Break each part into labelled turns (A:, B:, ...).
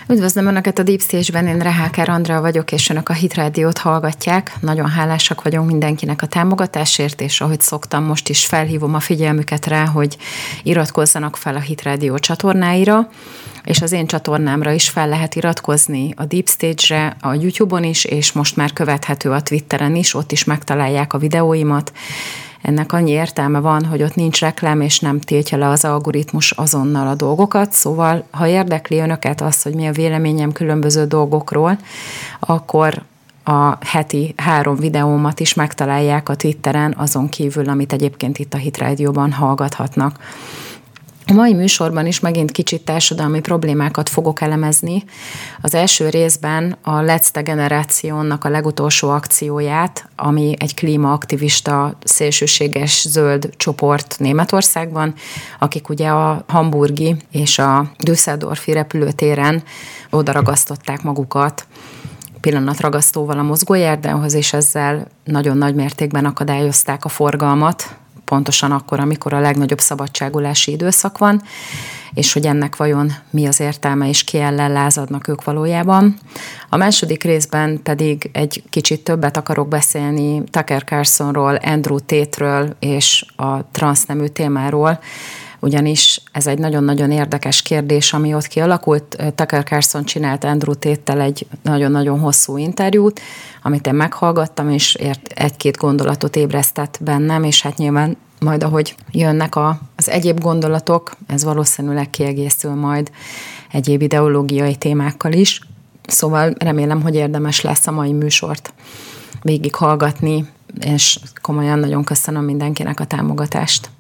A: Üdvözlöm Önöket a Deep Stage-ben, én Reháker Andrea vagyok, és Önök a Hit Rádiót hallgatják. Nagyon hálásak vagyunk mindenkinek a támogatásért, és ahogy szoktam, most is felhívom a figyelmüket rá, hogy iratkozzanak fel a Hit Rádió csatornáira, és az én csatornámra is fel lehet iratkozni, a Deep Stage-re, a YouTube-on is, és most már követhető a Twitteren is, ott is megtalálják a videóimat. Ennek annyi értelme van, hogy ott nincs reklám, és nem tiltja le az algoritmus azonnal a dolgokat, szóval ha érdekli Önöket az, hogy mi a véleményem különböző dolgokról, akkor a heti 3 videómat is megtalálják a Twitteren, azon kívül, amit egyébként itt a Hit Rádióban hallgathatnak. A mai műsorban is megint kicsit társadalmi problémákat fogok elemezni. Az első részben a Letzte Generációnak a legutolsó akcióját, ami egy klímaaktivista, szélsőséges zöld csoport Németországban, akik ugye a hamburgi és a Düsseldorfi repülőtéren odaragasztották magukat pillanatragasztóval a mozgójárdához, és ezzel nagyon nagy mértékben akadályozták a forgalmat, pontosan akkor, amikor a legnagyobb szabadságolási időszak van, és hogy ennek vajon mi az értelme, és ki ellen lázadnak ők valójában. A második részben pedig egy kicsit többet akarok beszélni Tucker Carlsonról, Andrew Tate-ről és a transznemű témáról, ugyanis ez egy nagyon-nagyon érdekes kérdés, ami ott kialakult. Tucker Carlson csinált Andrew Tate-tel egy nagyon-nagyon hosszú interjút, amit én meghallgattam, és egy-két gondolatot ébresztett bennem, és hát nyilván majd ahogy jönnek az egyéb gondolatok, ez valószínűleg kiegészül majd egyéb ideológiai témákkal is. Szóval remélem, hogy érdemes lesz a mai műsort végighallgatni, és komolyan nagyon köszönöm mindenkinek a támogatást.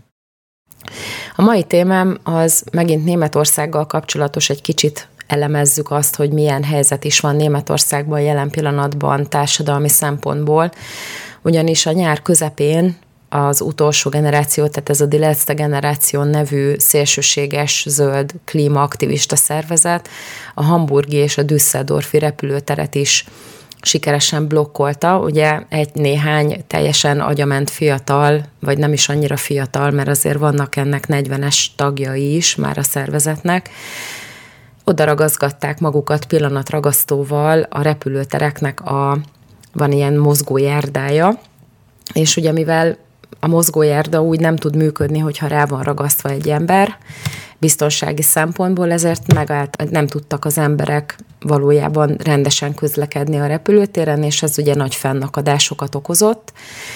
A: A mai témám az megint Németországgal kapcsolatos, egy kicsit elemezzük azt, hogy milyen helyzet is van Németországban jelen pillanatban társadalmi szempontból, ugyanis a nyár közepén az utolsó generáció, tehát ez a Die Letzte Generation nevű szélsőséges zöld klímaaktivista szervezet a hamburgi és a Düsseldorfi repülőteret is sikeresen blokkolta. Ugye egy-néhány teljesen agyament fiatal, vagy nem is annyira fiatal, mert azért vannak ennek 40-es tagjai is már a szervezetnek, oda ragaszgatták magukat pillanatragasztóval a repülőtereknek van ilyen mozgójárdája, és ugye mivel a mozgójárda úgy nem tud működni, hogyha rá van ragasztva egy ember, biztonsági szempontból, ezért nem tudtak az emberek valójában rendesen közlekedni a repülőtéren, és ez ugye nagy fennakadásokat okozott,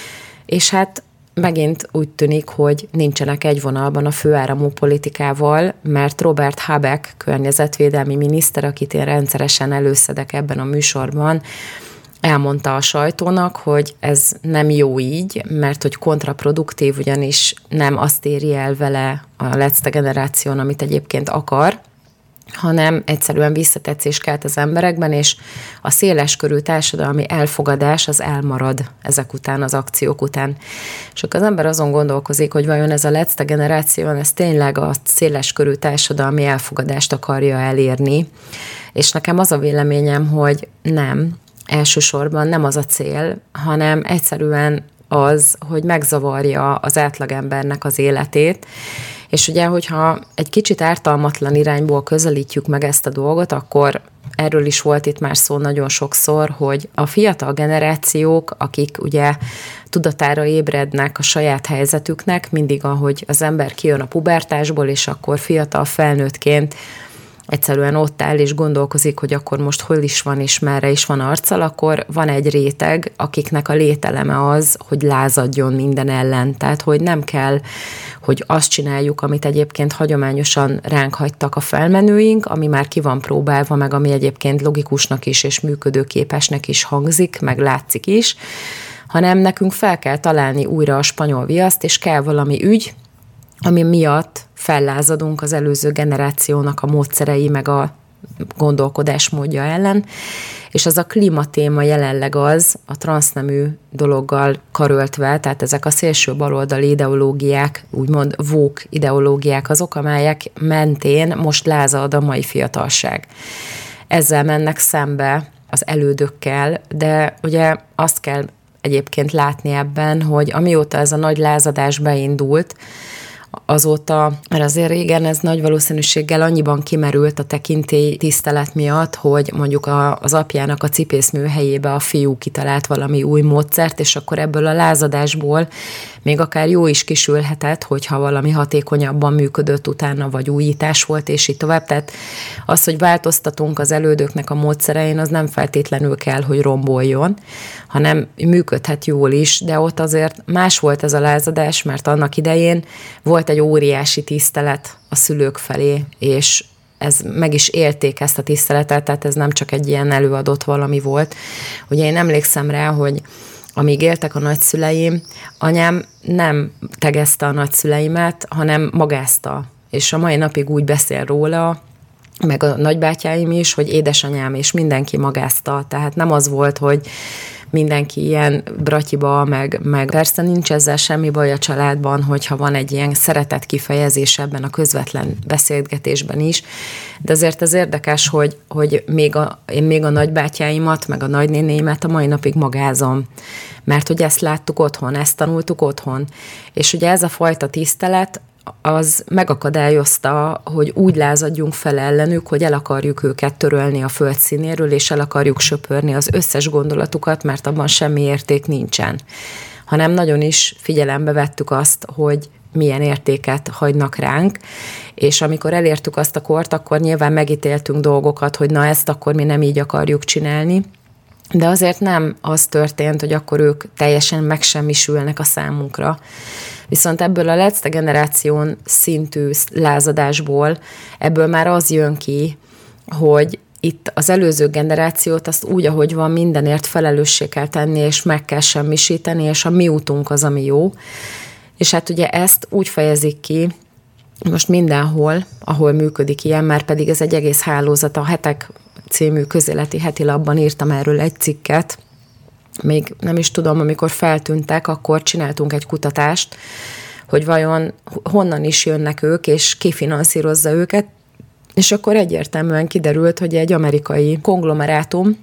A: és hát megint úgy tűnik, hogy nincsenek egy vonalban a főáramú politikával, mert Robert Habeck környezetvédelmi miniszter, akit én rendszeresen előszedek ebben a műsorban, elmondta a sajtónak, hogy ez nem jó így, mert hogy kontraproduktív, ugyanis nem azt éri el vele a Letzte Generation, amit egyébként akar, hanem egyszerűen visszatetszés kelt az emberekben, és a széleskörű társadalmi elfogadás az elmarad ezek után, az akciók után. És akkor az ember azon gondolkozik, hogy vajon ez a Letzte Generation, ez tényleg a széleskörű társadalmi elfogadást akarja elérni, és nekem az a véleményem, hogy nem, elsősorban nem az a cél, hanem egyszerűen az, hogy megzavarja az átlagembernek az életét, és ugye, hogyha egy kicsit ártalmatlan irányból közelítjük meg ezt a dolgot, akkor erről is volt itt már szó nagyon sokszor, hogy a fiatal generációk, akik ugye tudatára ébrednek a saját helyzetüknek, mindig ahogy az ember kijön a pubertásból, és akkor fiatal felnőttként egyszerűen ott áll és gondolkozik, hogy akkor most hol is van és merre is van arccal, akkor van egy réteg, akiknek a lételeme az, hogy lázadjon minden ellen. Tehát, hogy nem kell, hogy azt csináljuk, amit egyébként hagyományosan ránk hagytak a felmenőink, ami már ki van próbálva, meg ami egyébként logikusnak is és működőképesnek is hangzik, meg látszik is, hanem nekünk fel kell találni újra a spanyol viaszt, és kell valami ügy, ami miatt fellázadunk az előző generációnak a módszerei, meg a gondolkodásmódja ellen, és az a klímatéma jelenleg az, a transznemű dologgal karöltve, tehát ezek a szélső baloldali ideológiák, úgymond woke ideológiák azok, amelyek mentén most lázad a mai fiatalság. Ezzel mennek szembe az elődökkel, de ugye azt kell egyébként látni ebben, hogy amióta ez a nagy lázadás beindult, azóta, mert azért régen ez nagy valószínűséggel annyiban kimerült a tekintély tisztelet miatt, hogy mondjuk az apjának a cipészmű helyébe a fiú kitalált valami új módszert, és akkor ebből a lázadásból még akár jó is kisülhetett, hogyha valami hatékonyabban működött utána, vagy újítás volt, és így tovább. Tehát az, hogy változtatunk az elődöknek a módszerein, az nem feltétlenül kell, hogy romboljon, hanem működhet jól is, de ott azért más volt ez a lázadás, mert annak idején volt egy óriási tisztelet a szülők felé, és meg is élték ezt a tiszteletet, tehát ez nem csak egy ilyen előadott valami volt. Ugye én emlékszem rá, hogy amíg éltek a nagyszüleim, anyám nem tegezte a nagyszüleimet, hanem magázta. És a mai napig úgy beszél róla, meg a nagybátyáim is, hogy édesanyám, és mindenki magázta. Tehát nem az volt, hogy mindenki ilyen bratyiba, meg persze nincs ezzel semmi baj a családban, hogyha van egy ilyen szeretet kifejezés ebben a közvetlen beszélgetésben is, de azért az érdekes, hogy én még a nagybátyáimat, meg a nagynénéimet a mai napig magázom, mert hogy ezt láttuk otthon, ezt tanultuk otthon, és ugye ez a fajta tisztelet, az megakadályozta, hogy úgy lázadjunk fel ellenük, hogy el akarjuk őket törölni a föld színéről, és el akarjuk söpörni az összes gondolatukat, mert abban semmi érték nincsen. Hanem nagyon is figyelembe vettük azt, hogy milyen értéket hagynak ránk, és amikor elértük azt a kort, akkor nyilván megítéltünk dolgokat, hogy na ezt akkor mi nem így akarjuk csinálni, de azért nem az történt, hogy akkor ők teljesen megsemmisülnek a számunkra. Viszont ebből a letzte generáción szintű lázadásból, ebből már az jön ki, hogy itt az előző generációt azt úgy, ahogy van, mindenért felelőssé kell tenni, és meg kell semmisíteni, és a mi útunk az, ami jó. És hát ugye ezt úgy fejezik ki, most mindenhol, ahol működik ilyen, már pedig ez egy egész hálózat, a Hetek című közéleti hetilapban írtam erről egy cikket, még nem is tudom, amikor feltűntek, akkor csináltunk egy kutatást, hogy vajon honnan is jönnek ők, és ki finanszírozza őket, és akkor egyértelműen kiderült, hogy egy amerikai konglomerátum,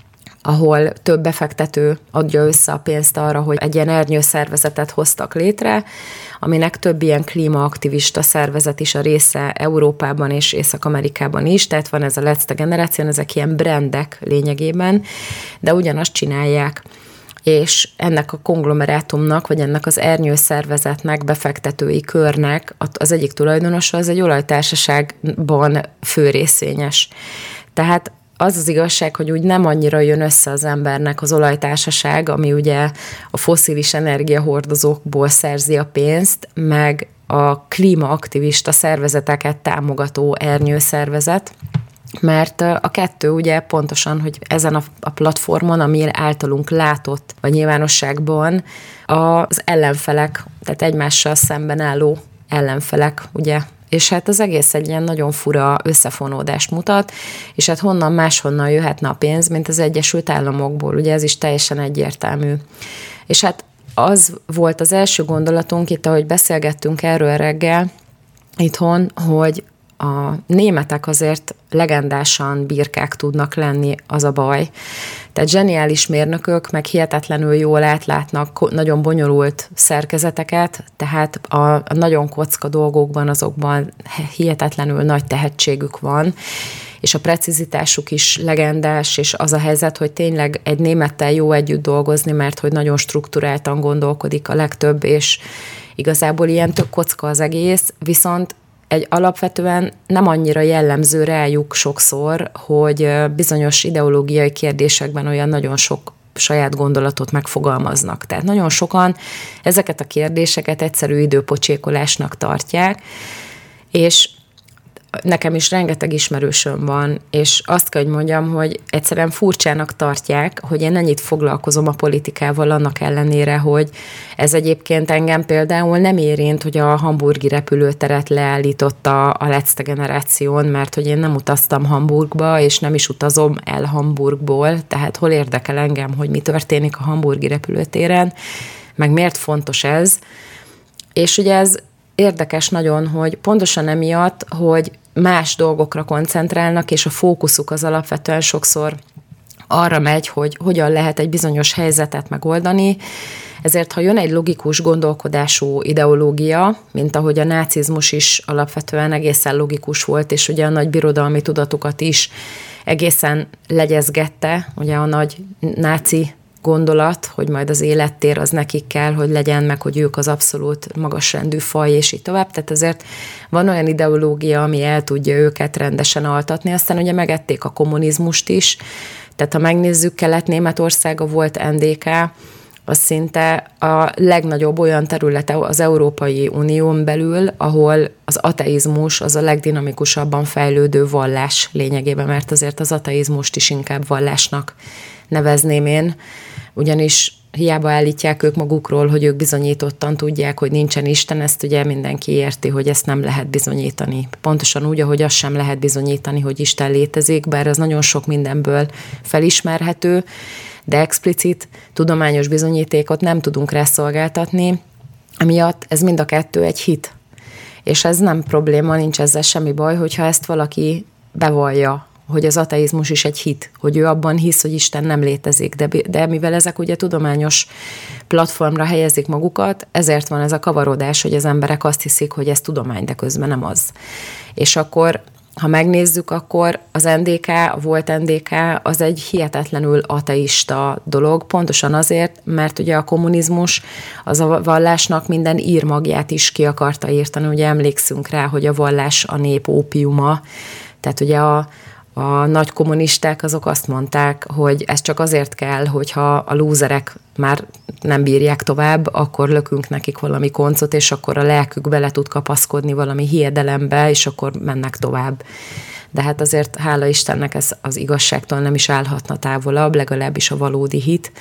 A: ahol több befektető adja össze a pénzt arra, hogy egy ilyen ernyőszervezetet hoztak létre, aminek több ilyen klímaaktivista szervezet is a része Európában és Észak-Amerikában is, tehát van ez a letzte generáció, ezek ilyen brandek lényegében, de ugyanazt csinálják. És ennek a konglomerátumnak, vagy ennek az ernyőszervezetnek, befektetői körnek az egyik tulajdonosa, az egy olajtársaságban főrészvényes. Tehát az az igazság, hogy úgy nem annyira jön össze az embernek az olajtársaság, ami ugye a fosszilis energiahordozókból szerzi a pénzt, meg a klímaaktivista szervezeteket támogató ernyőszervezet, mert a kettő ugye pontosan, hogy ezen a platformon, ami általunk látott a nyilvánosságban, az ellenfelek, tehát egymással szemben álló ellenfelek, ugye, és hát az egész egy ilyen nagyon fura összefonódást mutat, és hát honnan máshonnan jöhetne a pénz, mint az Egyesült Államokból, ugye ez is teljesen egyértelmű. És hát az volt az első gondolatunk itt, ahogy beszélgettünk erről reggel itthon, hogy a németek azért legendásan birkák tudnak lenni, az a baj. Tehát zseniális mérnökök, meg hihetetlenül jól átlátnak nagyon bonyolult szerkezeteket, tehát a nagyon kocka dolgokban, azokban hihetetlenül nagy tehetségük van, és a precizitásuk is legendás, és az a helyzet, hogy tényleg egy némettel jó együtt dolgozni, mert hogy nagyon strukturáltan gondolkodik a legtöbb, és igazából ilyen tök kocka az egész, viszont egy alapvetően nem annyira jellemző rájuk sokszor, hogy bizonyos ideológiai kérdésekben olyan nagyon sok saját gondolatot megfogalmaznak. Tehát nagyon sokan ezeket a kérdéseket egyszerű időpocsékolásnak tartják, és nekem is rengeteg ismerősöm van, és azt kell, hogy mondjam, hogy egyszerűen furcsának tartják, hogy én ennyit foglalkozom a politikával annak ellenére, hogy ez egyébként engem például nem érint, hogy a hamburgi repülőteret leállította a letzte generáción, mert hogy én nem utaztam Hamburgba, és nem is utazom el Hamburgból, tehát hol érdekel engem, hogy mi történik a hamburgi repülőtéren, meg miért fontos ez. És ugye ez érdekes nagyon, hogy pontosan emiatt, hogy más dolgokra koncentrálnak, és a fókuszuk az alapvetően sokszor arra megy, hogy hogyan lehet egy bizonyos helyzetet megoldani. Ezért, ha jön egy logikus gondolkodású ideológia, mint ahogy a nácizmus is alapvetően egészen logikus volt, és ugye a nagy birodalmi tudatokat is egészen legyezgette, ugye a nagy náci gondolat, hogy majd az élettér az nekik kell, hogy legyen, meg hogy ők az abszolút magasrendű faj, és így tovább. Tehát azért van olyan ideológia, ami el tudja őket rendesen altatni. Aztán ugye megették a kommunizmust is. Tehát ha megnézzük, Kelet-Németországa volt NDK, az szinte a legnagyobb olyan területe az Európai Unión belül, ahol az ateizmus az a legdinamikusabban fejlődő vallás lényegében, mert azért az ateizmust is inkább vallásnak nevezném én, ugyanis hiába állítják ők magukról, hogy ők bizonyítottan tudják, hogy nincsen Isten, ezt ugye mindenki érti, hogy ezt nem lehet bizonyítani. Pontosan úgy, ahogy azt sem lehet bizonyítani, hogy Isten létezik, bár az nagyon sok mindenből felismerhető, de explicit tudományos bizonyítékot nem tudunk rá szolgáltatni, emiatt ez mind a kettő egy hit. És ez nem probléma, nincs ezzel semmi baj, hogyha ezt valaki bevallja, hogy az ateizmus is egy hit, hogy ő abban hisz, hogy Isten nem létezik, de mivel ezek ugye tudományos platformra helyezik magukat, ezért van ez a kavarodás, hogy az emberek azt hiszik, hogy ez tudomány, de közben nem az. És akkor, ha megnézzük, akkor az NDK, a volt NDK, az egy hihetetlenül ateista dolog, pontosan azért, mert ugye a kommunizmus az a vallásnak minden írmagját is ki akarta írtani, ugye emlékszünk rá, hogy a vallás a nép ópiuma, tehát ugye a nagy kommunisták azok azt mondták, hogy ez csak azért kell, hogyha a lúzerek már nem bírják tovább, akkor lökünk nekik valami koncot, és akkor a lelkük bele tud kapaszkodni valami hiedelembe, és akkor mennek tovább. De hát azért hála Istennek ez az igazságtól nem is állhatna távolabb, legalábbis a valódi hit.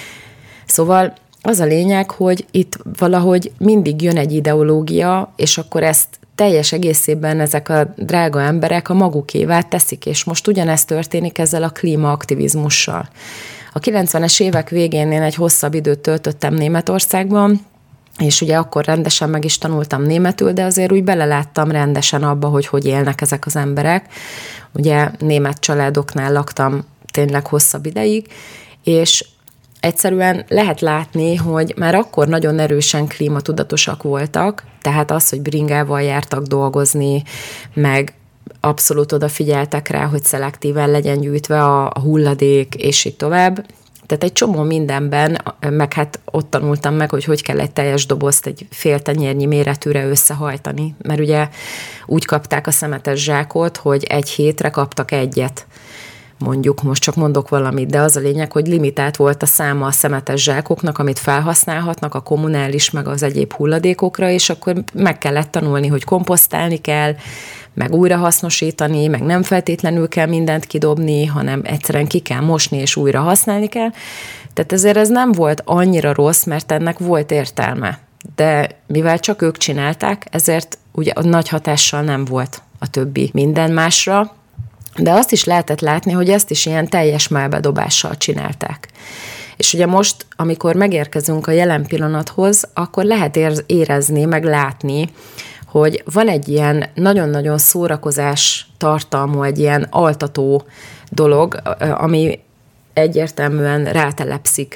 A: Szóval az a lényeg, hogy itt valahogy mindig jön egy ideológia, és akkor ezt teljes egészében ezek a drága emberek a magukévá teszik, és most ugyanezt történik ezzel a klímaaktivizmussal. A 90-es évek végén én egy hosszabb időt töltöttem Németországban, és ugye akkor rendesen meg is tanultam németül, de azért úgy beleláttam rendesen abba, hogy élnek ezek az emberek. Ugye német családoknál laktam tényleg hosszabb ideig, és egyszerűen lehet látni, hogy már akkor nagyon erősen klímatudatosak voltak, tehát az, hogy bringával jártak dolgozni, meg abszolút odafigyeltek rá, hogy szelektíven legyen gyűjtve a hulladék, és így tovább. Tehát egy csomó mindenben, meg hát ott tanultam meg, hogy kell egy teljes dobozt egy fél tenyérnyi méretűre összehajtani, mert ugye úgy kapták a szemetes zsákot, hogy egy hétre kaptak egyet. Mondjuk, most csak mondok valamit, de az a lényeg, hogy limitált volt a száma a szemetes zsákoknak, amit felhasználhatnak a kommunális, meg az egyéb hulladékokra, és akkor meg kellett tanulni, hogy komposztálni kell, meg újrahasznosítani, meg nem feltétlenül kell mindent kidobni, hanem egyszerűen ki kell mosni, és újra használni kell. Tehát ezért ez nem volt annyira rossz, mert ennek volt értelme. De mivel csak ők csinálták, ezért ugye a nagy hatással nem volt a többi minden másra, de azt is lehetett látni, hogy ezt is ilyen teljes mellbedobással csinálták. És ugye most, amikor megérkezünk a jelen pillanathoz, akkor lehet érezni, meg látni, hogy van egy ilyen nagyon-nagyon szórakozás tartalmú, egy ilyen altató dolog, ami egyértelműen rátelepszik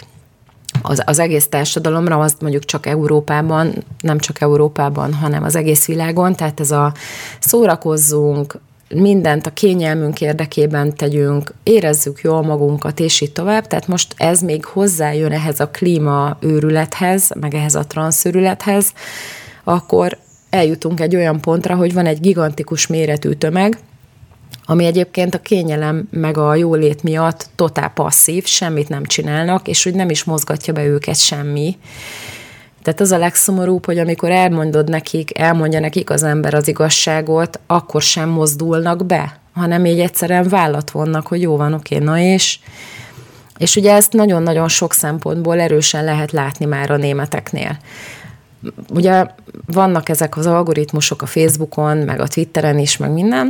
A: az egész társadalomra, azt mondjuk csak Európában, nem csak Európában, hanem az egész világon, tehát ez a szórakozzunk, mindent a kényelmünk érdekében tegyünk, érezzük jól magunkat, és így tovább. Tehát most ez még hozzájön ehhez a klímaőrülethez, meg ehhez a transzőrülethez, akkor eljutunk egy olyan pontra, hogy van egy gigantikus méretű tömeg, ami egyébként a kényelem meg a jólét miatt totál passzív, semmit nem csinálnak, és úgy nem is mozgatja be őket semmi. Tehát az a legszomorúbb, hogy amikor elmondja nekik az ember az igazságot, akkor sem mozdulnak be, hanem így egyszerűen vállat vonnak, hogy jó van, oké, na és ugye ezt nagyon-nagyon sok szempontból erősen lehet látni már a németeknél. Ugye vannak ezek az algoritmusok a Facebookon, meg a Twitteren is, meg minden,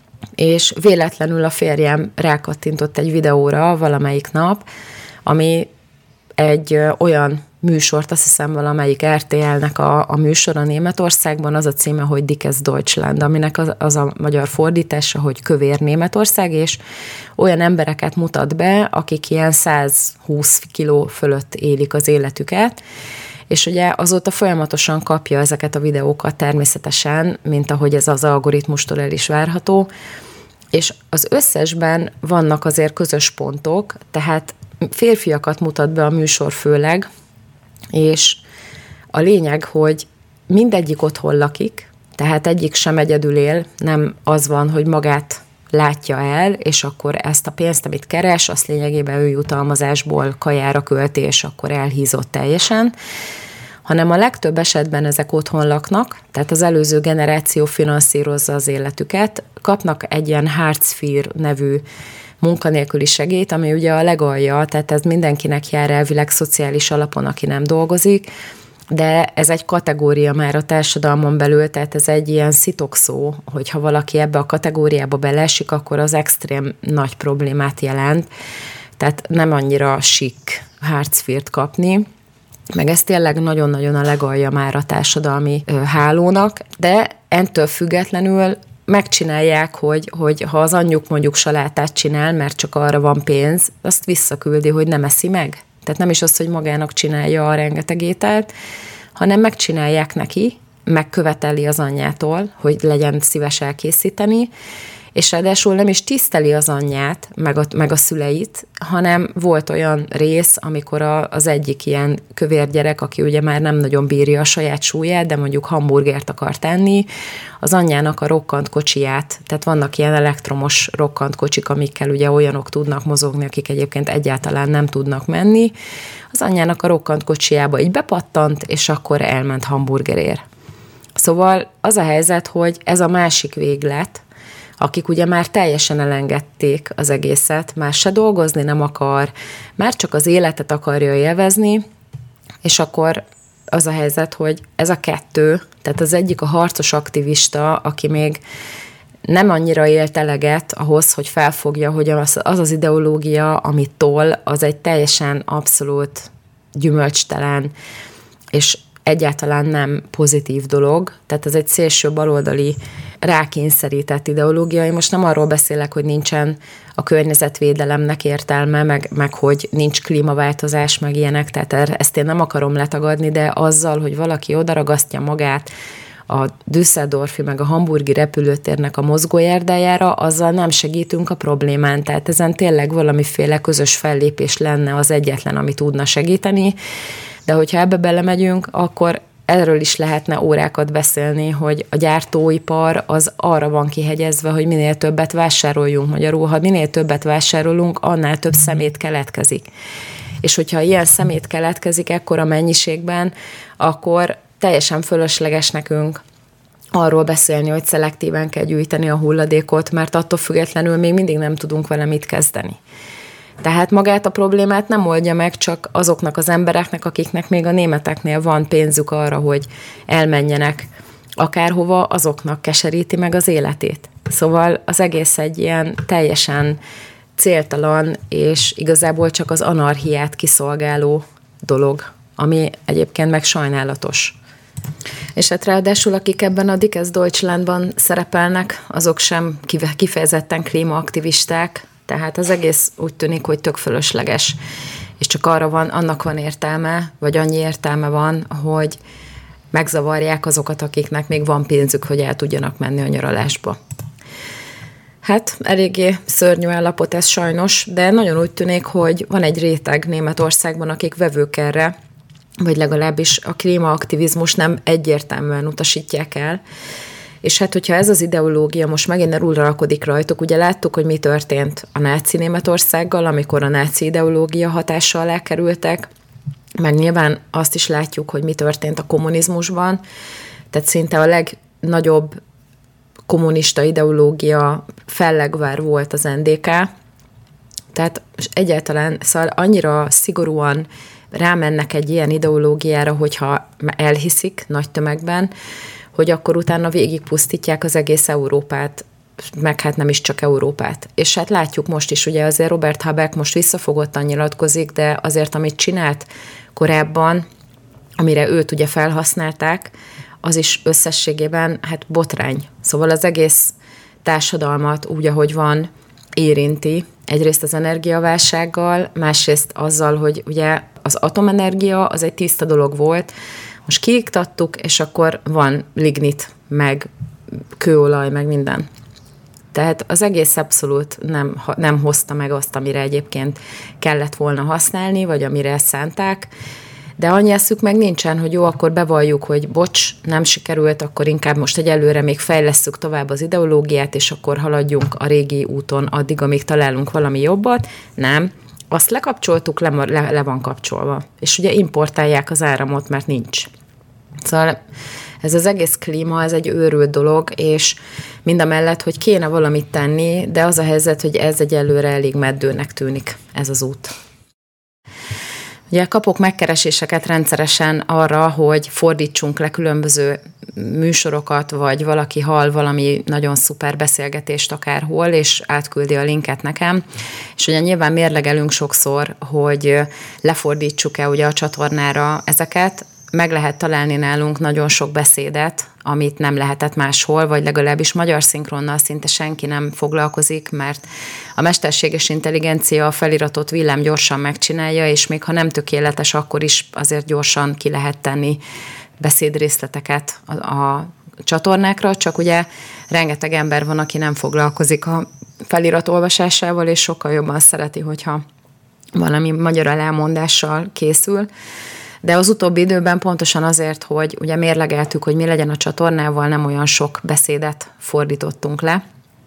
A: és véletlenül a férjem rákattintott egy videóra valamelyik nap, ami egy olyan műsort, azt hiszem valamelyik RTL-nek a műsora Németországban, az a címe, hogy Dickes Deutschland, aminek az a magyar fordítása, hogy Kövér Németország, és olyan embereket mutat be, akik ilyen 120 kiló fölött élik az életüket, és ugye azóta folyamatosan kapja ezeket a videókat természetesen, mint ahogy ez az algoritmustól el is várható, és az összesben vannak azért közös pontok, tehát férfiakat mutat be a műsor főleg, és a lényeg, hogy mindegyik otthon lakik, tehát egyik sem egyedül él, nem az van, hogy magát látja el, és akkor ezt a pénzt, amit keres, azt lényegében ő jutalmazásból kajára költi, és akkor elhízott teljesen, hanem a legtöbb esetben ezek otthon laknak, tehát az előző generáció finanszírozza az életüket, kapnak egy ilyen Hartz IV nevű munkanélküli segélyt, ami ugye a legalja, tehát ez mindenkinek jár elvileg szociális alapon, aki nem dolgozik, de ez egy kategória már a társadalmon belül, tehát ez egy ilyen szitokszó, hogyha valaki ebbe a kategóriába beleesik, akkor az extrém nagy problémát jelent, tehát nem annyira sik Hartz IV-t kapni, meg ez tényleg nagyon-nagyon a legalja már a társadalmi hálónak, de ettől függetlenül megcsinálják, hogy ha az anyjuk mondjuk salátát csinál, mert csak arra van pénz, azt visszaküldi, hogy nem eszi meg. Tehát nem is az, hogy magának csinálja a rengeteg ételt, hanem megcsinálják neki, megköveteli az anyjától, hogy legyen szíves elkészíteni, és ráadásul nem is tiszteli az anyját, meg a szüleit, hanem volt olyan rész, amikor az egyik ilyen kövér gyerek, aki ugye már nem nagyon bírja a saját súlyát, de mondjuk hamburgert akar tenni, az anyjának a rokkant kocsiját, tehát vannak ilyen elektromos rokkant kocsik, amikkel ugye olyanok tudnak mozogni, akik egyébként egyáltalán nem tudnak menni, az anyjának a rokkant kocsijába így bepattant, és akkor elment hamburgerért. Szóval az a helyzet, hogy ez a másik véglet, akik ugye már teljesen elengedték az egészet, már se dolgozni nem akar, már csak az életet akarja élvezni, és akkor az a helyzet, hogy ez a kettő, tehát az egyik a harcos aktivista, aki még nem annyira élt eleget ahhoz, hogy felfogja, hogy az ideológia, amit tol, az egy teljesen abszolút gyümölcstelen, és egyáltalán nem pozitív dolog, tehát ez egy szélső baloldali rákényszerített ideológia. Én most nem arról beszélek, hogy nincsen a környezetvédelemnek értelme, meg hogy nincs klímaváltozás, meg ilyenek, tehát ezt én nem akarom letagadni, de azzal, hogy valaki odaragasztja magát a Düsseldorfi meg a hamburgi repülőtérnek a mozgójárdájára, azzal nem segítünk a problémán. Tehát ezen tényleg valamiféle közös fellépés lenne az egyetlen, ami tudna segíteni, de hogyha ebbe belemegyünk, akkor erről is lehetne órákat beszélni, hogy a gyártóipar az arra van kihegyezve, hogy minél többet vásároljunk. Magyarul, ha minél többet vásárolunk, annál több szemét keletkezik. És hogyha ilyen szemét keletkezik ekkora mennyiségben, akkor teljesen fölösleges nekünk arról beszélni, hogy szelektíven kell gyűjteni a hulladékot, mert attól függetlenül még mindig nem tudunk vele mit kezdeni. Tehát magát a problémát nem oldja meg csak azoknak az embereknek, akiknek még a németeknél van pénzük arra, hogy elmenjenek akárhova, azoknak keseríti meg az életét. Szóval az egész egy ilyen teljesen céltalan, és igazából csak az anarchiát kiszolgáló dolog, ami egyébként meg sajnálatos. És hát ráadásul, akik ebben a Dickes Deutschlandban szerepelnek, azok sem kifejezetten klímaaktivisták, tehát az egész úgy tűnik, hogy tök fölösleges, és csak annak van értelme, vagy annyi értelme van, hogy megzavarják azokat, akiknek még van pénzük, hogy el tudjanak menni a nyaralásba. Hát eléggé szörnyű állapot ez sajnos, de nagyon úgy tűnik, hogy van egy réteg Németországban, akik vevők erre, vagy legalábbis a klímaaktivizmus nem egyértelműen utasítják el. És hát, hogyha ez az ideológia most megint uralkodik rajtuk, ugye láttuk, hogy mi történt a náci Németországgal, amikor a náci ideológia hatása alá kerültek, meg nyilván azt is látjuk, hogy mi történt a kommunizmusban, tehát szinte a legnagyobb kommunista ideológia fellegvár volt az NDK, tehát egyáltalán szóval annyira szigorúan rámennek egy ilyen ideológiára, hogyha elhiszik nagy tömegben, hogy akkor utána végigpusztítják az egész Európát meg hát nem is csak Európát. És hát látjuk most is, ugye azért Robert Habeck most visszafogottan nyilatkozik, de azért, amit csinált korábban, amire őt ugye felhasználták, az is összességében hát botrány. Szóval az egész társadalmat úgy, ahogy van, érinti. Egyrészt az energiaválsággal, másrészt azzal, hogy ugye az atomenergia az egy tiszta dolog volt, most kiiktattuk, és akkor van lignit, meg kőolaj, meg minden. Tehát az egész abszolút nem hozta meg azt, amire egyébként kellett volna használni, vagy amire szánták, de annyi eszük meg nincsen, hogy jó, akkor bevalljuk, hogy bocs, nem sikerült, akkor inkább most egyelőre még fejlesszük tovább az ideológiát, és akkor haladjunk a régi úton addig, amíg találunk valami jobbat. Nem. Azt lekapcsoltuk, le van kapcsolva. És ugye importálják az áramot, mert nincs. Szóval ez az egész klíma, ez egy őrült dolog, és mindamellett, hogy kéne valamit tenni, de az a helyzet, hogy ez egyelőre elég meddőnek tűnik, ez az út. Ugye kapok megkereséseket rendszeresen arra, hogy fordítsunk le különböző műsorokat, vagy valaki hall valami nagyon szuper beszélgetést akárhol, és átküldi a linket nekem. És ugye nyilván mérlegelünk sokszor, hogy lefordítsuk-e ugye a csatornára ezeket. Meg lehet találni nálunk nagyon sok beszédet, amit nem lehetett máshol, vagy legalábbis magyar szinkronnal szinte senki nem foglalkozik, mert a mesterséges intelligencia a feliratot villámgyorsan megcsinálja, és még ha nem tökéletes, akkor is azért gyorsan ki lehet tenni beszédrészleteket a csatornákra, csak ugye rengeteg ember van, aki nem foglalkozik a felirat olvasásával, és sokkal jobban szereti, hogyha valami magyar elmondással készül. De az utóbbi időben pontosan azért, hogy ugye mérlegeltük, hogy mi legyen a csatornával, nem olyan sok beszédet fordítottunk le.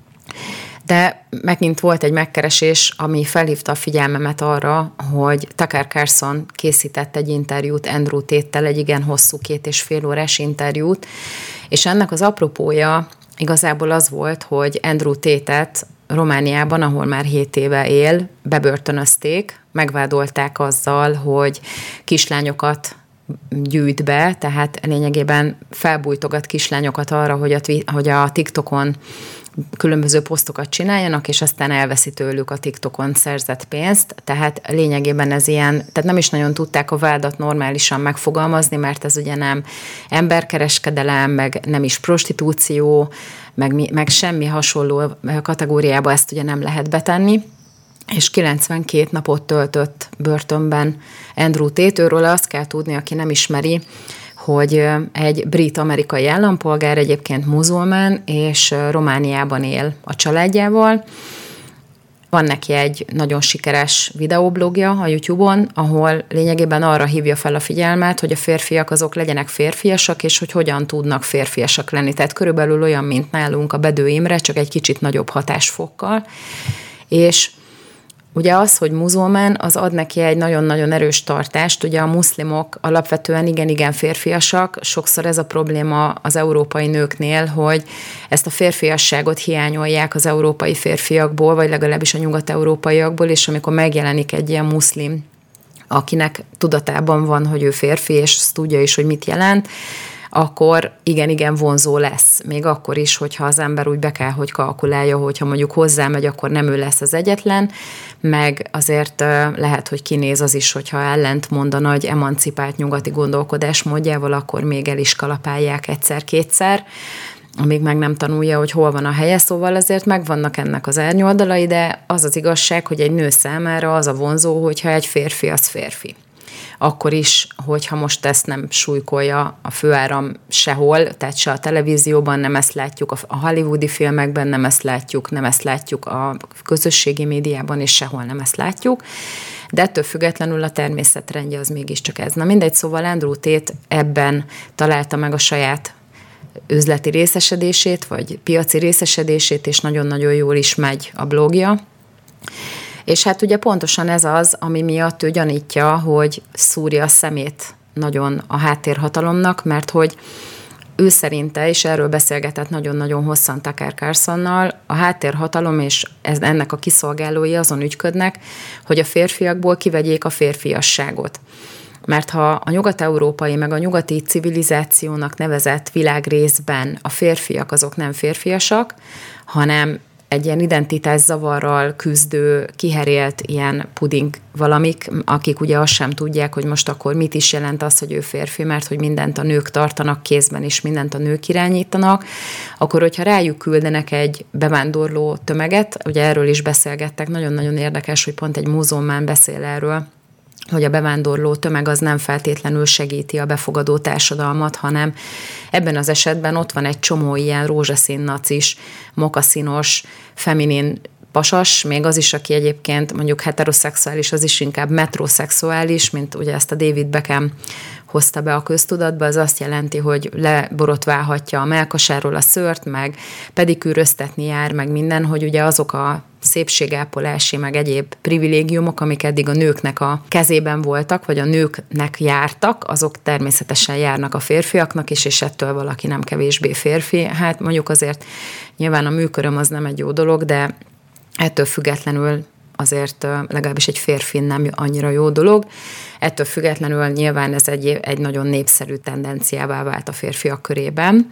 A: De megint volt egy megkeresés, ami felhívta a figyelmemet arra, hogy Tucker Carlson készített egy interjút Andrew Tate-tel, egy igen hosszú 2,5 órás interjút, és ennek az apropója igazából az volt, hogy Andrew Tate-et Romániában, ahol már 7 éve él, bebörtönözték, megvádolták azzal, hogy kislányokat gyűjt be, tehát lényegében felbújtogat kislányokat arra, hogy a TikTokon különböző posztokat csináljanak, és aztán elveszi tőlük a TikTokon szerzett pénzt. Tehát lényegében ez ilyen, tehát nem is nagyon tudták a vádat normálisan megfogalmazni, mert ez ugye nem emberkereskedelem, meg nem is prostitúció, meg semmi hasonló kategóriába ezt ugye nem lehet betenni. És 92 napot töltött börtönben Andrew Tate. Őről azt kell tudni, aki nem ismeri, hogy egy brit-amerikai állampolgár, egyébként muzulmán, és Romániában él a családjával. Van neki egy nagyon sikeres videoblogja a YouTube-on, ahol lényegében arra hívja fel a figyelmet, hogy a férfiak azok legyenek férfiasak, és hogy hogyan tudnak férfiasak lenni. Tehát körülbelül olyan, mint nálunk a Bedő Imre, csak egy kicsit nagyobb hatásfokkal. És ugye az, hogy muzulmán, az ad neki egy nagyon-nagyon erős tartást. Ugye a muszlimok alapvetően igen férfiasak. Sokszor ez a probléma az európai nőknél, hogy ezt a férfiasságot hiányolják az európai férfiakból, vagy legalábbis a nyugat-európaiakból, és amikor megjelenik egy ilyen muszlim, akinek tudatában van, hogy ő férfi, és azt tudja is, hogy mit jelent, akkor igen vonzó lesz. Még akkor is, hogyha az ember úgy be kell, hogy kalkulálja, hogyha mondjuk hozzámegy, akkor nem ő lesz az egyetlen, meg azért lehet, hogy kinéz az is, hogyha ellent mond a nagy emancipált nyugati gondolkodásmódjával, akkor még el is kalapálják egyszer-kétszer, amíg meg nem tanulja, hogy hol van a helye, szóval azért megvannak ennek az árnyoldalai, de az az igazság, hogy egy nő számára az a vonzó, hogyha egy férfi, az férfi. Akkor is, hogyha most ezt nem súlykolja a főáram sehol, tehát se a televízióban nem ezt látjuk, a hollywoodi filmekben nem ezt látjuk a közösségi médiában, és sehol nem ezt látjuk, de ettől függetlenül a természetrendje az mégiscsak ez. Na mindegy, szóval Andrew Tate ebben találta meg a saját üzleti részesedését, vagy piaci részesedését, és nagyon-nagyon jól is megy a blogja. És hát ugye pontosan ez az, ami miatt ő gyanítja, hogy szúrja a szemét nagyon a háttérhatalomnak, mert hogy ő szerinte, és erről beszélgetett nagyon-nagyon hosszan Tucker Carlsonnal, a háttérhatalom és ennek a kiszolgálói azon ügyködnek, hogy a férfiakból kivegyék a férfiasságot. Mert ha a nyugat-európai, meg a nyugati civilizációnak nevezett világrészben a férfiak azok nem férfiasak, hanem egy ilyen identitászavarral küzdő, kiherélt ilyen puding valamik, akik ugye azt sem tudják, hogy most akkor mit is jelent az, hogy ő férfi, mert hogy mindent a nők tartanak kézben, és mindent a nők irányítanak, akkor hogyha rájuk küldenek egy bevándorló tömeget, ugye erről is beszélgettek, nagyon-nagyon érdekes, hogy pont egy muzulmán beszél erről, hogy a bevándorló tömeg az nem feltétlenül segíti a befogadó társadalmat, hanem ebben az esetben ott van egy csomó ilyen rózsaszín nacis, mokaszínos, feminin pasas, még az is, aki egyébként mondjuk heteroszexuális, az is inkább metroszexuális, mint ugye ezt a David Beckham hozta be a köztudatba, az azt jelenti, hogy leborotválhatja a mellkasáról a szőrt, meg pedikűröztetni jár, meg minden, hogy ugye azok a szépségápolási, meg egyéb privilégiumok, amik eddig a nőknek a kezében voltak, vagy a nőknek jártak, azok természetesen járnak a férfiaknak is, és ettől valaki nem kevésbé férfi. Hát mondjuk azért nyilván a műköröm az nem egy jó dolog, de ettől függetlenül azért legalábbis egy férfi nem annyira jó dolog. Ettől függetlenül nyilván ez egy nagyon népszerű tendenciává vált a férfiak körében.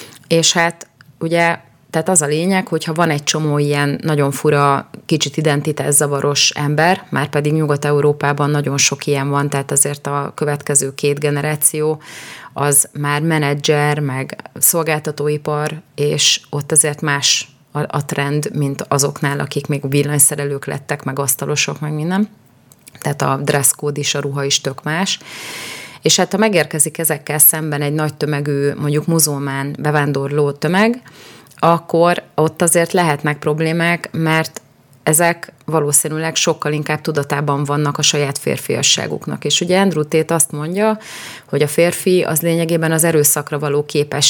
A: És hát ugye, tehát az a lényeg, hogyha van egy csomó ilyen nagyon fura, kicsit identitászavaros ember, már pedig Nyugat-Európában nagyon sok ilyen van, tehát azért a következő 2 generáció az már menedzser, meg szolgáltatóipar, és ott azért más a trend, mint azoknál, akik még villanyszerelők lettek, meg asztalosok, meg minden. Tehát a dresscode is, a ruha is tök más. És hát ha megérkezik ezekkel szemben egy nagy tömegű, mondjuk muzulmán bevándorló tömeg, akkor ott azért lehetnek problémák, mert ezek valószínűleg sokkal inkább tudatában vannak a saját férfiasságuknak. És ugye Andrew Tate azt mondja, hogy a férfi az lényegében az erőszakra való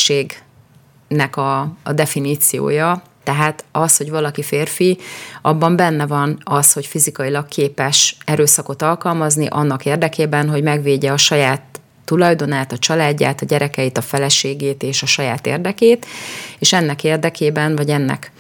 A: képességnek a definíciója. Tehát az, hogy valaki férfi, abban benne van az, hogy fizikailag képes erőszakot alkalmazni annak érdekében, hogy megvédje a saját tulajdonát, a családját, a gyerekeit, a feleségét és a saját érdekét, és ennek érdekében, vagy ennek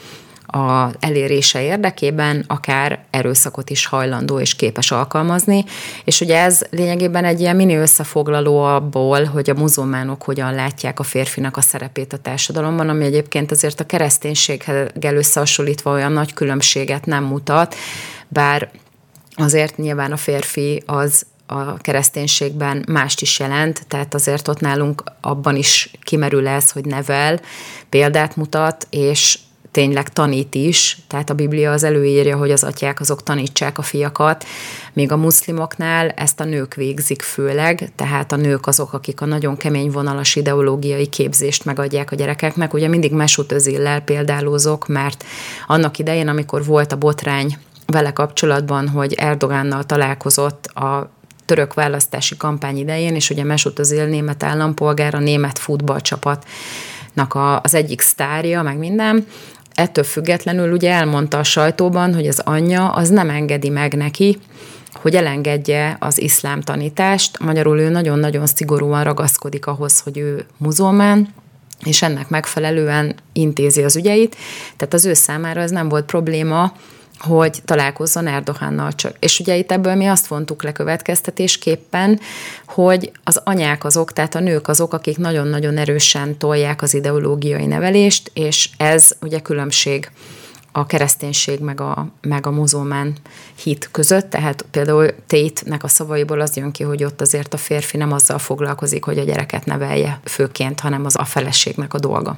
A: az elérése érdekében akár erőszakot is hajlandó és képes alkalmazni, és ugye ez lényegében egy ilyen mini összefoglaló abból, hogy a muzulmánok hogyan látják a férfinak a szerepét a társadalomban, ami egyébként azért a kereszténységgel összehasonlítva olyan nagy különbséget nem mutat, bár azért nyilván a férfi az a kereszténységben mást is jelent, tehát azért ott nálunk abban is kimerül ez, hogy nevel, példát mutat, és tényleg tanít is, tehát a Biblia az előírja, hogy az atyák azok tanítsák a fiakat, míg a muszlimoknál ezt a nők végzik főleg, tehát a nők azok, akik a nagyon kemény vonalas ideológiai képzést megadják a gyerekeknek. Ugye mindig Mesut Özillel példálózok, mert annak idején, amikor volt a botrány vele kapcsolatban, hogy Erdogánnal találkozott a török választási kampány idején, és ugye Mesut Özil német állampolgár, a német futballcsapatnak az egyik sztárja, meg minden. Ettől függetlenül ugye elmondta a sajtóban, hogy az anyja az nem engedi meg neki, hogy elengedje az iszlám tanítást. Magyarul ő nagyon-nagyon szigorúan ragaszkodik ahhoz, hogy ő muzulmán, és ennek megfelelően intézi az ügyeit. Tehát az ő számára ez nem volt probléma, hogy találkozzon Erdogannal csak. És ugye itt ebből mi azt vontuk le következtetésképpen, hogy az anyák azok, tehát a nők azok, akik nagyon-nagyon erősen tolják az ideológiai nevelést, és ez ugye különbség a kereszténység meg a muzulmán hit között, tehát például Tate-nek a szavaiból az jön ki, hogy ott azért a férfi nem azzal foglalkozik, hogy a gyereket nevelje főként, hanem az a feleségnek a dolga.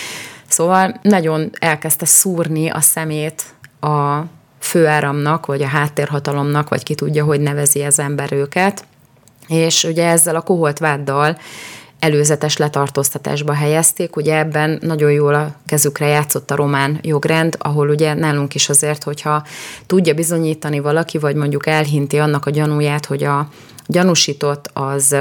A: Szóval nagyon elkezdte szúrni a szemét a főáramnak, vagy a háttérhatalomnak, vagy ki tudja, hogy nevezi az ember őket, és ugye ezzel a koholt váddal előzetes letartóztatásba helyezték, ugye ebben nagyon jól a kezükre játszott a román jogrend, ahol ugye nálunk is azért, hogyha tudja bizonyítani valaki, vagy mondjuk elhinti annak a gyanúját, hogy a gyanúsított az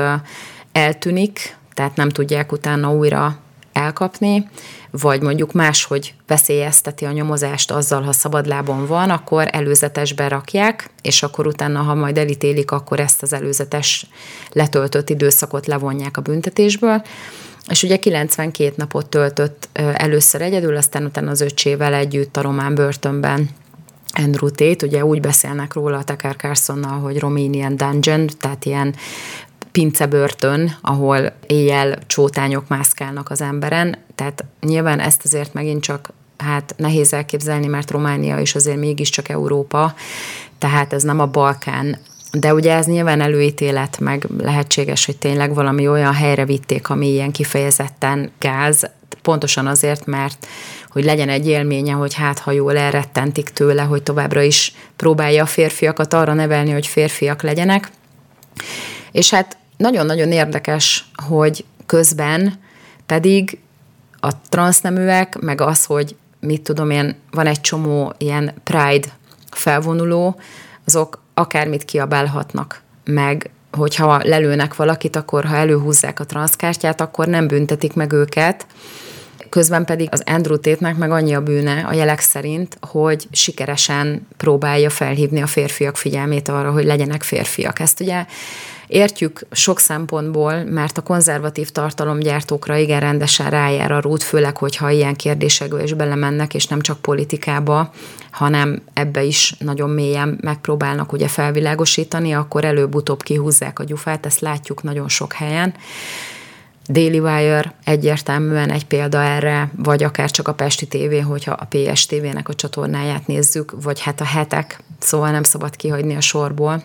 A: eltűnik, tehát nem tudják utána újra elkapni, vagy mondjuk máshogy veszélyezteti a nyomozást azzal, ha szabadlábon van, akkor előzetesbe rakják, és akkor utána, ha majd elítélik, akkor ezt az előzetes letöltött időszakot levonják a büntetésből. És ugye 92 napot töltött először egyedül, aztán utána az öccsével együtt a román börtönben Andrew Tate, ugye úgy beszélnek róla a Tucker Carlsonnal, hogy Romanian Dungeon, tehát ilyen pincebörtön, ahol éjjel csótányok mászkálnak az emberen, tehát nyilván ezt azért megint csak nehéz elképzelni, mert Románia is azért mégiscsak Európa, tehát ez nem a Balkán. De ugye ez nyilván előítélet, meg lehetséges, hogy tényleg valami olyan helyre vitték, ami ilyen kifejezetten gáz, pontosan azért, mert hogy legyen egy élménye, hogy ha jól elrettentik tőle, hogy továbbra is próbálja a férfiakat arra nevelni, hogy férfiak legyenek. És nagyon-nagyon érdekes, hogy közben pedig a transzneműek, meg az, hogy mit tudom én, van egy csomó ilyen Pride felvonuló, azok akármit kiabálhatnak, meg hogyha lelőnek valakit, akkor ha előhúzzák a transzkártyát, akkor nem büntetik meg őket. Közben pedig az Andrew Tate-nek meg annyi a bűne a jelek szerint, hogy sikeresen próbálja felhívni a férfiak figyelmét arra, hogy legyenek férfiak. Ezt ugye értjük sok szempontból, mert a konzervatív tartalomgyártókra igen rendesen rájár a rút, főleg, hogyha ilyen kérdésekbe is belemennek, és nem csak politikába, hanem ebbe is nagyon mélyen megpróbálnak ugye felvilágosítani, akkor előbb-utóbb kihúzzák a gyufát, ezt látjuk nagyon sok helyen. Daily Wire egyértelműen egy példa erre, vagy akár csak a Pesti TV, hogyha a PSTV-nek a csatornáját nézzük, vagy a Hetek, szóval nem szabad kihagyni a sorból.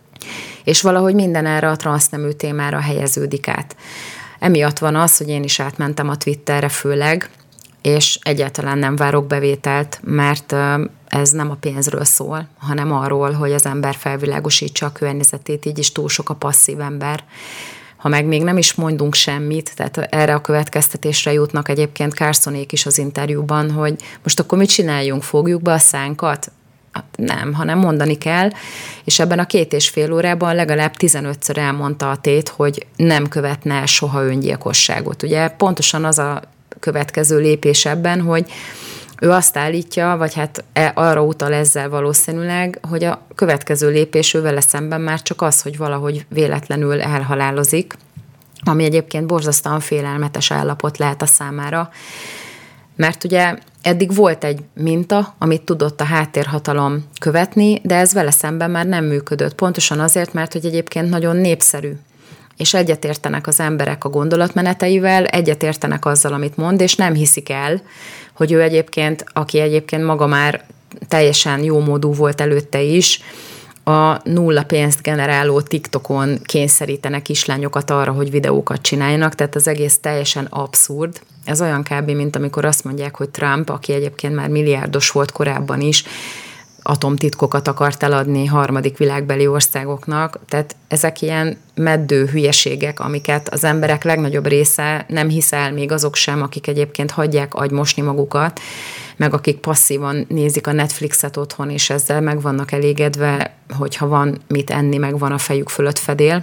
A: És valahogy minden erre a transznemű témára helyeződik át. Emiatt van az, hogy én is átmentem a Twitterre főleg, és egyáltalán nem várok bevételt, mert ez nem a pénzről szól, hanem arról, hogy az ember felvilágosítsa a környezetét, így is túl sok a passzív ember. Ha meg még nem is mondunk semmit, tehát erre a következtetésre jutnak egyébként Carsonék is az interjúban, hogy most akkor mit csináljunk, fogjuk be a szánkat? Nem, hanem mondani kell, és ebben a 2,5 órában legalább 15-ször elmondta a Tate, hogy nem követne el soha öngyilkosságot. Ugye pontosan az a következő lépés ebben, hogy ő azt állítja, vagy arra utal ezzel valószínűleg, hogy a következő lépés ő vele szemben már csak az, hogy valahogy véletlenül elhalálozik, ami egyébként borzasztóan félelmetes állapot lehet a számára, mert ugye eddig volt egy minta, amit tudott a háttérhatalom követni, de ez vele szemben már nem működött. Pontosan azért, mert hogy egyébként nagyon népszerű, és egyetértenek az emberek a gondolatmeneteivel, egyetértenek azzal, amit mond, és nem hiszik el, hogy ő egyébként, aki egyébként maga már teljesen jómódú volt előtte is, a nulla pénzt generáló TikTokon kényszerítenek kislányokat arra, hogy videókat csináljanak, tehát az egész teljesen abszurd. Ez olyan kb. Mint amikor azt mondják, hogy Trump, aki egyébként már milliárdos volt korábban is, atomtitkokat akart eladni harmadik világbeli országoknak, tehát ezek ilyen meddő hülyeségek, amiket az emberek legnagyobb része nem hisz el, még azok sem, akik egyébként hagyják agymosni magukat, meg akik passzívan nézik a Netflixet otthon, és ezzel meg vannak elégedve, hogyha van mit enni, meg van a fejük fölött fedél.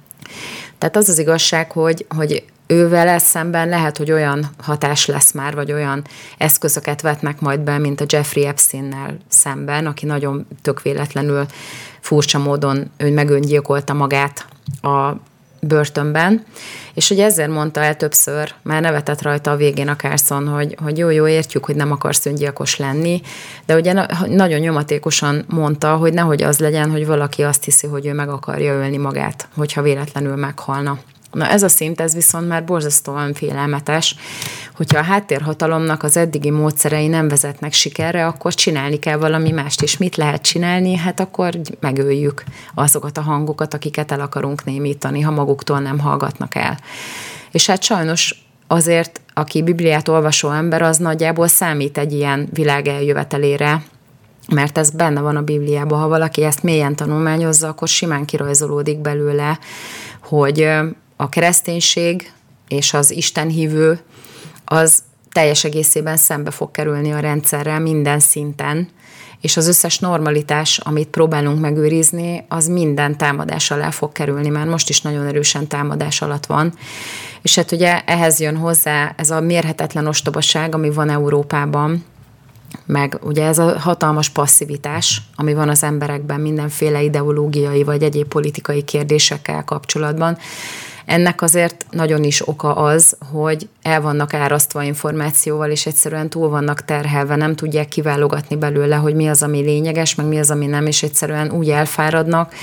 A: Tehát az az igazság, hogy ővel szemben lehet, hogy olyan hatás lesz már, vagy olyan eszközöket vetnek majd be, mint a Jeffrey Epsteinnel szemben, aki nagyon tök véletlenül furcsa módon megöngyilkolta magát a börtönben. És ugye ezért mondta el többször, már nevetett rajta a végén a Carson, hogy jó, értjük, hogy nem akarsz öngyilkos lenni, de ugye nagyon nyomatékosan mondta, hogy nehogy az legyen, hogy valaki azt hiszi, hogy ő meg akarja ölni magát, hogyha véletlenül meghalna. Na ez a szint, ez viszont már borzasztóan félelmetes, hogyha a háttérhatalomnak az eddigi módszerei nem vezetnek sikerre, akkor csinálni kell valami mást, és mit lehet csinálni? Hát akkor megöljük azokat a hangokat, akiket el akarunk némítani, ha maguktól nem hallgatnak el. És hát sajnos azért, aki Bibliát olvasó ember, az nagyjából számít egy ilyen világ eljövetelére, mert ez benne van a Bibliában. Ha valaki ezt mélyen tanulmányozza, akkor simán kirajzolódik belőle, hogy a kereszténység és az istenhívő az teljes egészében szembe fog kerülni a rendszerrel minden szinten, és az összes normalitás, amit próbálunk megőrizni, az minden támadás alá fog kerülni, mert most is nagyon erősen támadás alatt van. És hát ugye ehhez jön hozzá ez a mérhetetlen ostobaság, ami van Európában, meg ugye ez a hatalmas passzivitás, ami van az emberekben mindenféle ideológiai vagy egyéb politikai kérdésekkel kapcsolatban. Ennek azért nagyon is oka az, hogy el vannak árasztva információval, és egyszerűen túl vannak terhelve, nem tudják kiválogatni belőle, hogy mi az, ami lényeges, meg mi az, ami nem, és egyszerűen úgy elfáradnak,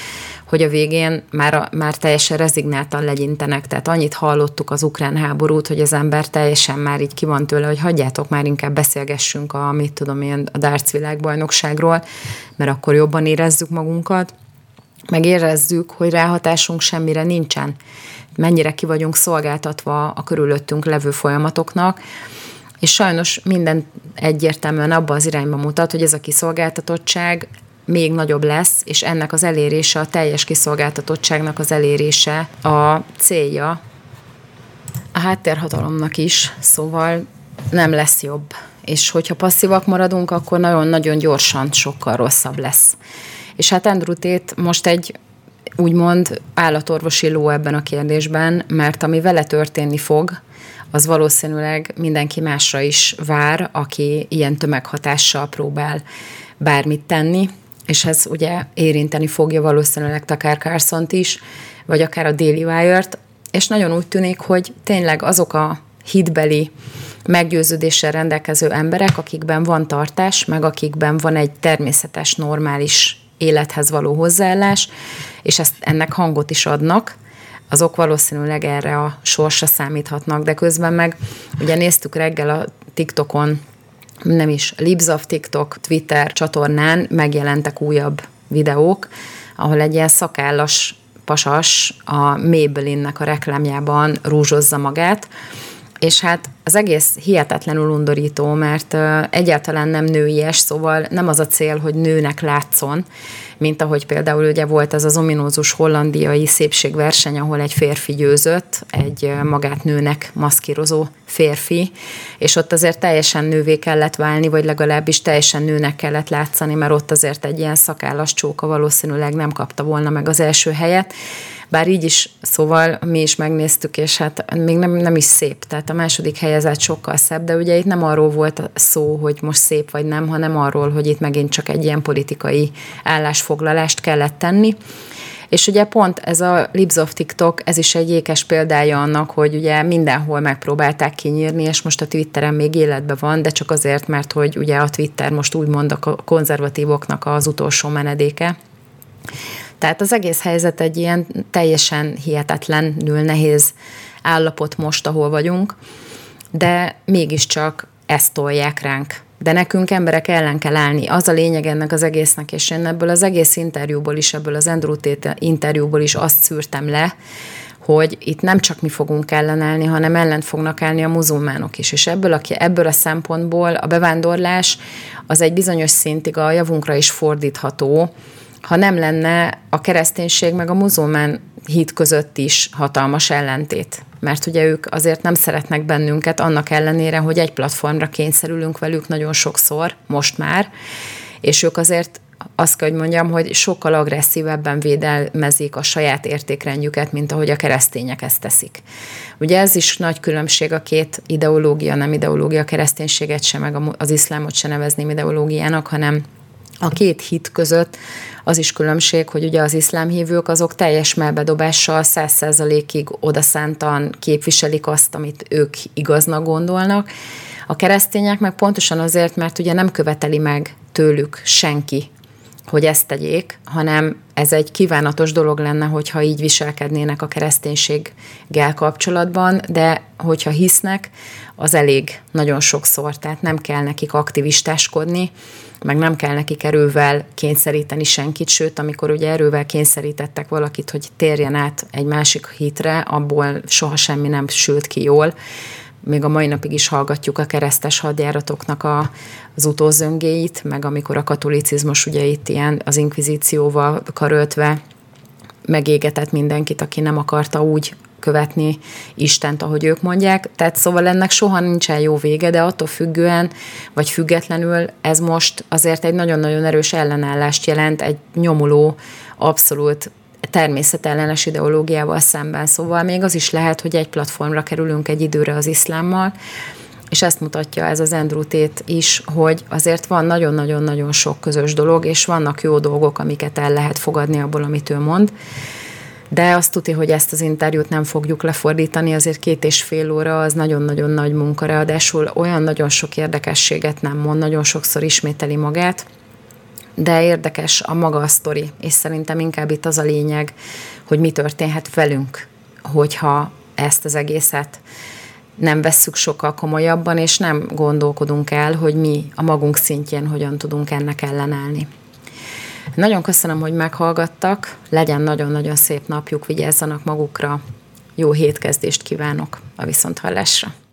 A: hogy a végén már teljesen rezignáltan legyintenek. Tehát annyit hallottuk az ukrán háborút, hogy az ember teljesen már így ki van tőle, hogy hagyjátok már, inkább beszélgessünk a darts világbajnokságról, mert akkor jobban érezzük magunkat, meg érezzük, hogy ráhatásunk semmire nincsen. Mennyire ki vagyunk szolgáltatva a körülöttünk levő folyamatoknak, és sajnos minden egyértelműen abba az irányba mutat, hogy ez a kiszolgáltatottság még nagyobb lesz, és ennek az elérése, a teljes kiszolgáltatottságnak az elérése a célja a háttérhatalomnak is, szóval nem lesz jobb. És hogyha passzívak maradunk, akkor nagyon-nagyon gyorsan sokkal rosszabb lesz. És hát Andrew Tate most egy úgymond állatorvosi ló ebben a kérdésben, mert ami vele történni fog, az valószínűleg mindenki másra is vár, aki ilyen tömeghatással próbál bármit tenni, és ez ugye érinteni fogja valószínűleg Tucker Carlsont is, vagy akár a Daily Wire-t, és nagyon úgy tűnik, hogy tényleg azok a hitbeli meggyőződéssel rendelkező emberek, akikben van tartás, meg akikben van egy természetes, normális élethez való hozzáállás, és ennek hangot is adnak, azok valószínűleg erre a sorsra számíthatnak, de közben meg ugye néztük reggel a TikTokon, nem is, Libs of TikTok, Twitter csatornán megjelentek újabb videók, ahol egy ilyen szakállas pasas a Maybelline-nek a reklámjában rúzsozza magát, és hát az egész hihetetlenül undorító, mert egyáltalán nem nőies, szóval nem az a cél, hogy nőnek látszon, mint ahogy például ugye volt az ominózus hollandiai szépségverseny, ahol egy férfi győzött, egy magát nőnek maszkírozó férfi, és ott azért teljesen nővé kellett válni, vagy legalábbis teljesen nőnek kellett látszani, mert ott azért egy ilyen szakállas csóka valószínűleg nem kapta volna meg az első helyet. Bár így is, szóval mi is megnéztük, és hát még nem is szép, tehát a második helyezett sokkal szebb, de ugye itt nem arról volt szó, hogy most szép vagy nem, hanem arról, hogy itt megint csak egy ilyen politikai állásfoglalást kellett tenni. És ugye pont ez a Libs of TikTok, ez is egy ékes példája annak, hogy ugye mindenhol megpróbálták kinyírni, és most a Twitteren még életben van, de csak azért, mert hogy ugye a Twitter most úgymond a konzervatívoknak az utolsó menedéke. Tehát az egész helyzet egy ilyen teljesen hihetetlenül nehéz állapot most, ahol vagyunk, de mégiscsak ezt tolják ránk. De nekünk emberek ellen kell állni. Az a lényeg ennek az egésznek, és én ebből az egész interjúból is, ebből az Andrew Tate interjúból is azt szűrtem le, hogy itt nem csak mi fogunk ellenállni, hanem ellen fognak állni a muzulmánok is. És ebből a szempontból a bevándorlás az egy bizonyos szintig a javunkra is fordítható, ha nem lenne a kereszténység meg a muzulmán hit között is hatalmas ellentét. Mert ugye ők azért nem szeretnek bennünket, annak ellenére, hogy egy platformra kényszerülünk velük nagyon sokszor, most már, és ők azért azt kell, hogy mondjam, hogy sokkal agresszívebben védelmezik a saját értékrendjüket, mint ahogy a keresztények ezt teszik. Ugye ez is nagy különbség a két ideológia, nem ideológia, a kereszténységet sem, meg az iszlámot sem nevezném ideológiának, hanem a két hit között az is különbség, hogy ugye az iszlám hívők azok teljes mellbedobással 100%-ig odaszántan képviselik azt, amit ők igaznak gondolnak. A keresztények meg pontosan azért, mert ugye nem követeli meg tőlük senki, hogy ezt tegyék, hanem ez egy kívánatos dolog lenne, hogyha így viselkednének a kereszténységgel kapcsolatban, de hogyha hisznek, az elég nagyon sokszor, tehát nem kell nekik aktivistáskodni, meg nem kell nekik erővel kényszeríteni senkit, sőt, amikor ugye erővel kényszerítettek valakit, hogy térjen át egy másik hitre, abból soha semmi nem sült ki jól. Még a mai napig is hallgatjuk a keresztes hadjáratoknak az utózöngéit, meg amikor a katolicizmus ugye itt ilyen az inkvizícióval karöltve megégetett mindenkit, aki nem akarta úgy követni Istent, ahogy ők mondják. Tehát szóval ennek soha nincsen jó vége, de attól függően, vagy függetlenül ez most azért egy nagyon-nagyon erős ellenállást jelent, egy nyomuló, abszolút természetellenes ideológiával szemben. Szóval még az is lehet, hogy egy platformra kerülünk egy időre az iszlámmal, és ezt mutatja ez az Andrew Tate is, hogy azért van nagyon-nagyon-nagyon sok közös dolog, és vannak jó dolgok, amiket el lehet fogadni abból, amit ő mond. De azt tudja, hogy ezt az interjút nem fogjuk lefordítani, azért 2,5 óra az nagyon-nagyon nagy munka, ráadásul olyan nagyon sok érdekességet nem mond, nagyon sokszor ismételi magát, de érdekes a maga a sztori, és szerintem inkább itt az a lényeg, hogy mi történhet velünk, hogyha ezt az egészet nem vesszük sokkal komolyabban, és nem gondolkodunk el, hogy mi a magunk szintjén hogyan tudunk ennek ellenállni. Nagyon köszönöm, hogy meghallgattak, legyen nagyon-nagyon szép napjuk, vigyázzanak magukra, jó hétkezdést kívánok, a viszonthallásra.